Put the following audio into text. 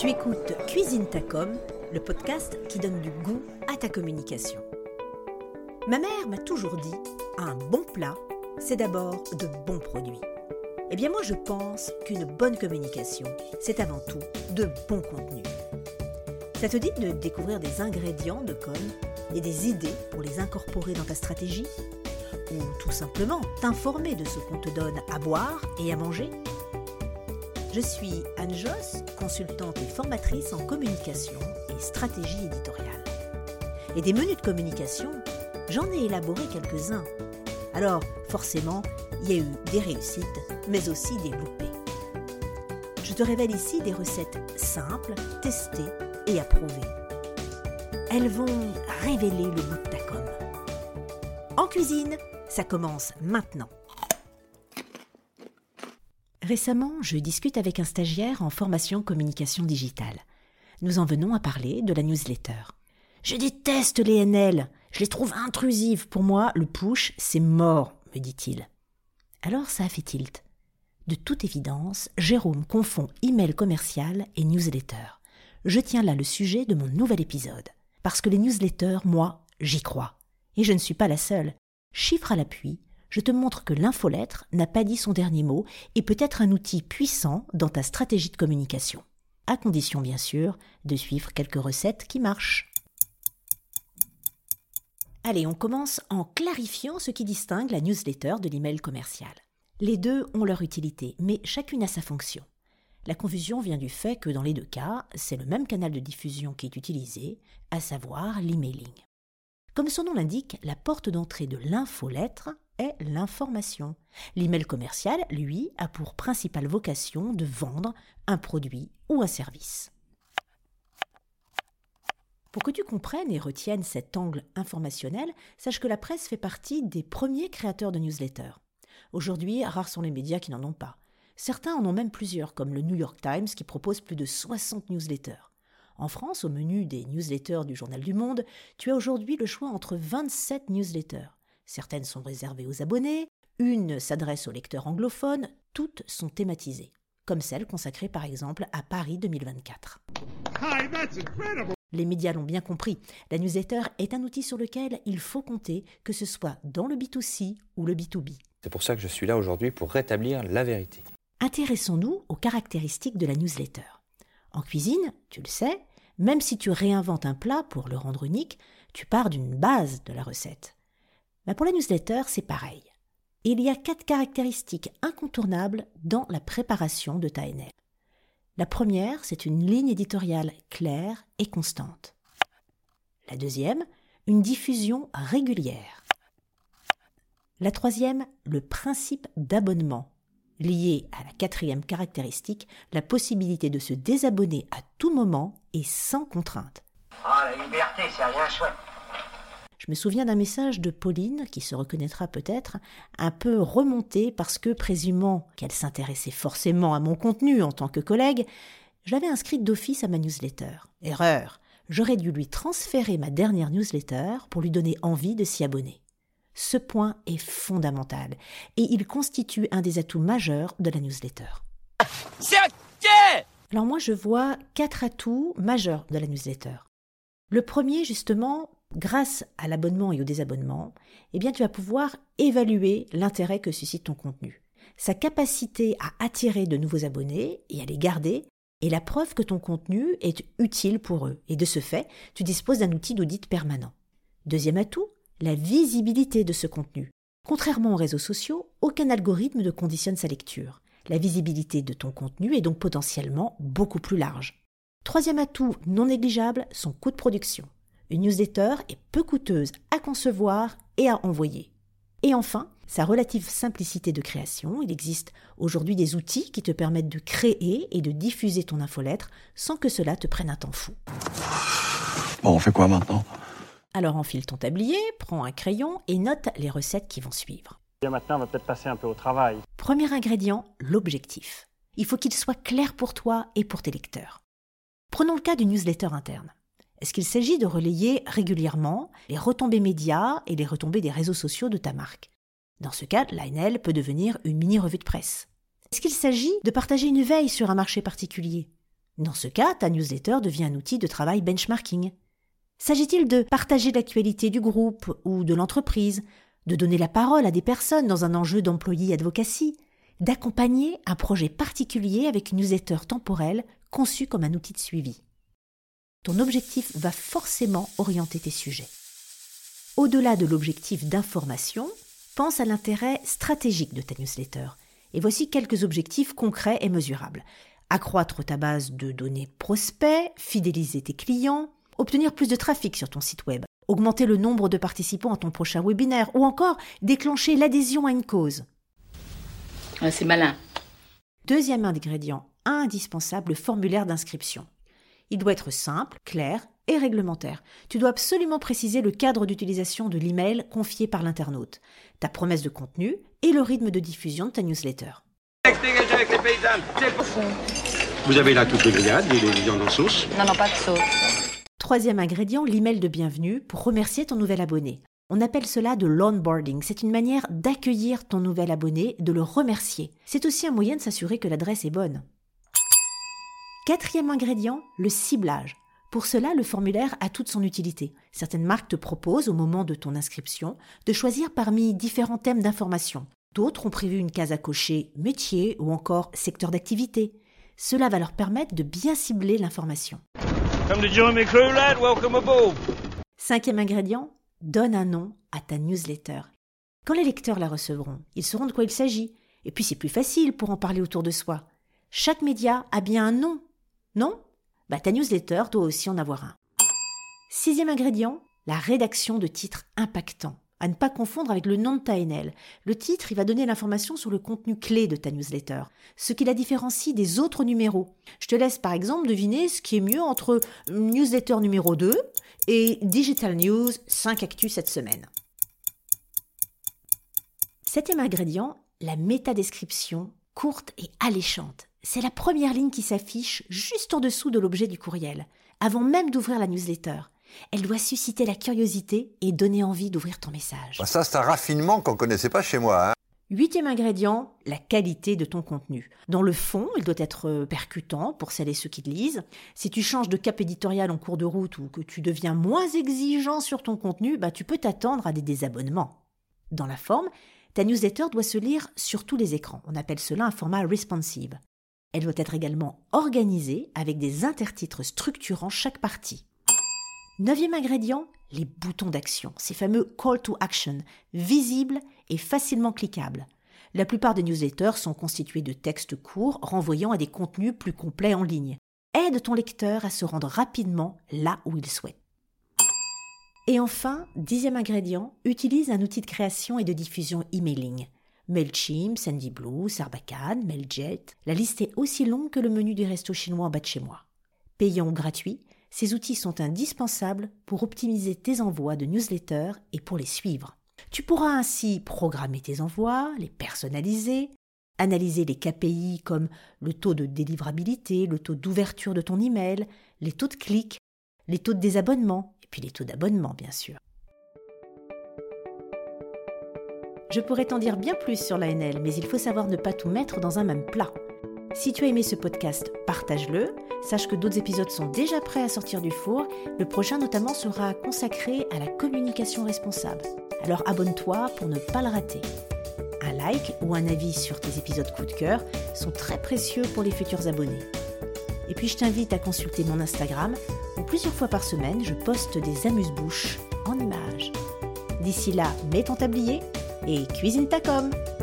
Tu écoutes Cuisine ta com, le podcast qui donne du goût à ta communication. Ma mère m'a toujours dit, un bon plat, c'est d'abord de bons produits. Eh bien moi je pense qu'une bonne communication, c'est avant tout de bons contenus. Ça te dit de découvrir des ingrédients de com et des idées pour les incorporer dans ta stratégie ? Ou tout simplement t'informer de ce qu'on te donne à boire et à manger ? Je suis Anne Josse, consultante et formatrice en communication et stratégie éditoriale. Et des menus de communication, j'en ai élaboré quelques-uns. Alors, forcément, il y a eu des réussites, mais aussi des loupés. Je te révèle ici des recettes simples, testées et approuvées. Elles vont révéler le bout de ta com. En cuisine, ça commence maintenant. Récemment, je discute avec un stagiaire en formation communication digitale. Nous en venons à parler de la newsletter. Je déteste les NL, je les trouve intrusives. Pour moi, le push, c'est mort, me dit-il. Alors ça a fait tilt. De toute évidence, Jérôme confond email commercial et newsletter. Je tiens là le sujet de mon nouvel épisode. Parce que les newsletters, moi, j'y crois. Et je ne suis pas la seule. Chiffre à l'appui, je te montre que l'infolettre n'a pas dit son dernier mot et peut être un outil puissant dans ta stratégie de communication. À condition, bien sûr, de suivre quelques recettes qui marchent. Allez, on commence en clarifiant ce qui distingue la newsletter de l'email commercial. Les deux ont leur utilité, mais chacune a sa fonction. La confusion vient du fait que dans les deux cas, c'est le même canal de diffusion qui est utilisé, à savoir l'emailing. Comme son nom l'indique, la porte d'entrée de l'infolettre est l'information. L'email commercial, lui, a pour principale vocation de vendre un produit ou un service. Pour que tu comprennes et retiennes cet angle informationnel, sache que la presse fait partie des premiers créateurs de newsletters. Aujourd'hui, rares sont les médias qui n'en ont pas. Certains en ont même plusieurs, comme le New York Times qui propose plus de 60 newsletters. En France, au menu des newsletters du Journal du Monde, tu as aujourd'hui le choix entre 27 newsletters. Certaines sont réservées aux abonnés, une s'adresse aux lecteurs anglophones, toutes sont thématisées, comme celle consacrée par exemple à Paris 2024. Hi, that's incredible. Les médias l'ont bien compris, la newsletter est un outil sur lequel il faut compter, que ce soit dans le B2C ou le B2B. C'est pour ça que je suis là aujourd'hui, pour rétablir la vérité. Intéressons-nous aux caractéristiques de la newsletter. En cuisine, tu le sais, même si tu réinventes un plat pour le rendre unique, tu pars d'une base de la recette. Mais pour la newsletter, c'est pareil. Il y a 4 caractéristiques incontournables dans la préparation de ta NL. La première, c'est une ligne éditoriale claire et constante. La deuxième, une diffusion régulière. La troisième, le principe d'abonnement. Lié à la 4e caractéristique, la possibilité de se désabonner à tout moment et sans contrainte. Ah, la liberté, c'est rien chouette. Je me souviens d'un message de Pauline, qui se reconnaîtra peut-être, un peu remonté parce que, présumant qu'elle s'intéressait forcément à mon contenu en tant que collègue, je l'avais inscrite d'office à ma newsletter. Erreur, j'aurais dû lui transférer ma dernière newsletter pour lui donner envie de s'y abonner. Ce point est fondamental et il constitue un des atouts majeurs de la newsletter. C'est ok. Alors moi, je vois 4 atouts majeurs de la newsletter. Le premier, justement, grâce à l'abonnement et au désabonnement, eh bien, tu vas pouvoir évaluer l'intérêt que suscite ton contenu. Sa capacité à attirer de nouveaux abonnés et à les garder est la preuve que ton contenu est utile pour eux. Et de ce fait, tu disposes d'un outil d'audit permanent. Deuxième atout, la visibilité de ce contenu. Contrairement aux réseaux sociaux, aucun algorithme ne conditionne sa lecture. La visibilité de ton contenu est donc potentiellement beaucoup plus large. Troisième atout non négligeable, son coût de production. Une newsletter est peu coûteuse à concevoir et à envoyer. Et enfin, sa relative simplicité de création. Il existe aujourd'hui des outils qui te permettent de créer et de diffuser ton infolettre sans que cela te prenne un temps fou. Bon, on fait quoi maintenant? Alors enfile ton tablier, prends un crayon et note les recettes qui vont suivre. Bien, maintenant, on va peut-être passer un peu au travail. Premier ingrédient, l'objectif. Il faut qu'il soit clair pour toi et pour tes lecteurs. Prenons le cas d'une newsletter interne. Est-ce qu'il s'agit de relayer régulièrement les retombées médias et les retombées des réseaux sociaux de ta marque? Dans ce cas, l'ANL peut devenir une mini-revue de presse. Est-ce qu'il s'agit de partager une veille sur un marché particulier? Dans ce cas, ta newsletter devient un outil de travail benchmarking. S'agit-il de partager l'actualité du groupe ou de l'entreprise, de donner la parole à des personnes dans un enjeu d'employee advocacy, d'accompagner un projet particulier avec une newsletter temporelle conçue comme un outil de suivi? Ton objectif va forcément orienter tes sujets. Au-delà de l'objectif d'information, pense à l'intérêt stratégique de ta newsletter. Et voici quelques objectifs concrets et mesurables. Accroître ta base de données prospects, fidéliser tes clients, obtenir plus de trafic sur ton site web, augmenter le nombre de participants à ton prochain webinaire ou encore déclencher l'adhésion à une cause. Ouais, c'est malin. Deuxième ingrédient indispensable, le formulaire d'inscription. Il doit être simple, clair et réglementaire. Tu dois absolument préciser le cadre d'utilisation de l'email confié par l'internaute, ta promesse de contenu et le rythme de diffusion de ta newsletter. Vous avez là toutes les grillades et les viandes en sauce. Non, pas de sauce. Troisième ingrédient, l'email de bienvenue pour remercier ton nouvel abonné. On appelle cela de l'onboarding. C'est une manière d'accueillir ton nouvel abonné, de le remercier. C'est aussi un moyen de s'assurer que l'adresse est bonne. Quatrième ingrédient, le ciblage. Pour cela, le formulaire a toute son utilité. Certaines marques te proposent, au moment de ton inscription, de choisir parmi différents thèmes d'information. D'autres ont prévu une case à cocher métier ou encore secteur d'activité. Cela va leur permettre de bien cibler l'information. Come to join me crew, lad. Welcome aboard. Cinquième ingrédient, donne un nom à ta newsletter. Quand les lecteurs la recevront, ils sauront de quoi il s'agit. Et puis c'est plus facile pour en parler autour de soi. Chaque média a bien un nom, non ? Ta newsletter doit aussi en avoir un. Sixième ingrédient, la rédaction de titres impactants. À ne pas confondre avec le nom de ta NL. Le titre, il va donner l'information sur le contenu clé de ta newsletter, ce qui la différencie des autres numéros. Je te laisse par exemple deviner ce qui est mieux entre newsletter numéro 2 et Digital News 5 actus cette semaine. Septième ingrédient, la métadescription courte et alléchante. C'est la première ligne qui s'affiche juste en dessous de l'objet du courriel, avant même d'ouvrir la newsletter. Elle doit susciter la curiosité et donner envie d'ouvrir ton message. Ça, c'est un raffinement qu'on ne connaissait pas chez moi. Huitième ingrédient, la qualité de ton contenu. Dans le fond, il doit être percutant pour celles et ceux qui le lisent. Si tu changes de cap éditorial en cours de route ou que tu deviens moins exigeant sur ton contenu, tu peux t'attendre à des désabonnements. Dans la forme, ta newsletter doit se lire sur tous les écrans. On appelle cela un format responsive. Elle doit être également organisée avec des intertitres structurant chaque partie. Neuvième ingrédient, les boutons d'action, ces fameux call to action, visibles et facilement cliquables. La plupart des newsletters sont constitués de textes courts renvoyant à des contenus plus complets en ligne. Aide ton lecteur à se rendre rapidement là où il souhaite. Et enfin, 10e ingrédient, utilise un outil de création et de diffusion emailing. Mailchimp, Sendinblue, Sarbacane, Mailjet, la liste est aussi longue que le menu du resto chinois en bas de chez moi. Payants ou gratuits, ces outils sont indispensables pour optimiser tes envois de newsletters et pour les suivre. Tu pourras ainsi programmer tes envois, les personnaliser, analyser les KPI comme le taux de délivrabilité, le taux d'ouverture de ton email, les taux de clics, les taux de désabonnement et puis les taux d'abonnement bien sûr. Je pourrais t'en dire bien plus sur l'ANL, mais il faut savoir ne pas tout mettre dans un même plat. Si tu as aimé ce podcast, partage-le. Sache que d'autres épisodes sont déjà prêts à sortir du four. Le prochain notamment sera consacré à la communication responsable. Alors abonne-toi pour ne pas le rater. Un like ou un avis sur tes épisodes coup de cœur sont très précieux pour les futurs abonnés. Et puis je t'invite à consulter mon Instagram où plusieurs fois par semaine je poste des amuse-bouches en images. D'ici là, mets ton tablier et cuisine ta com'.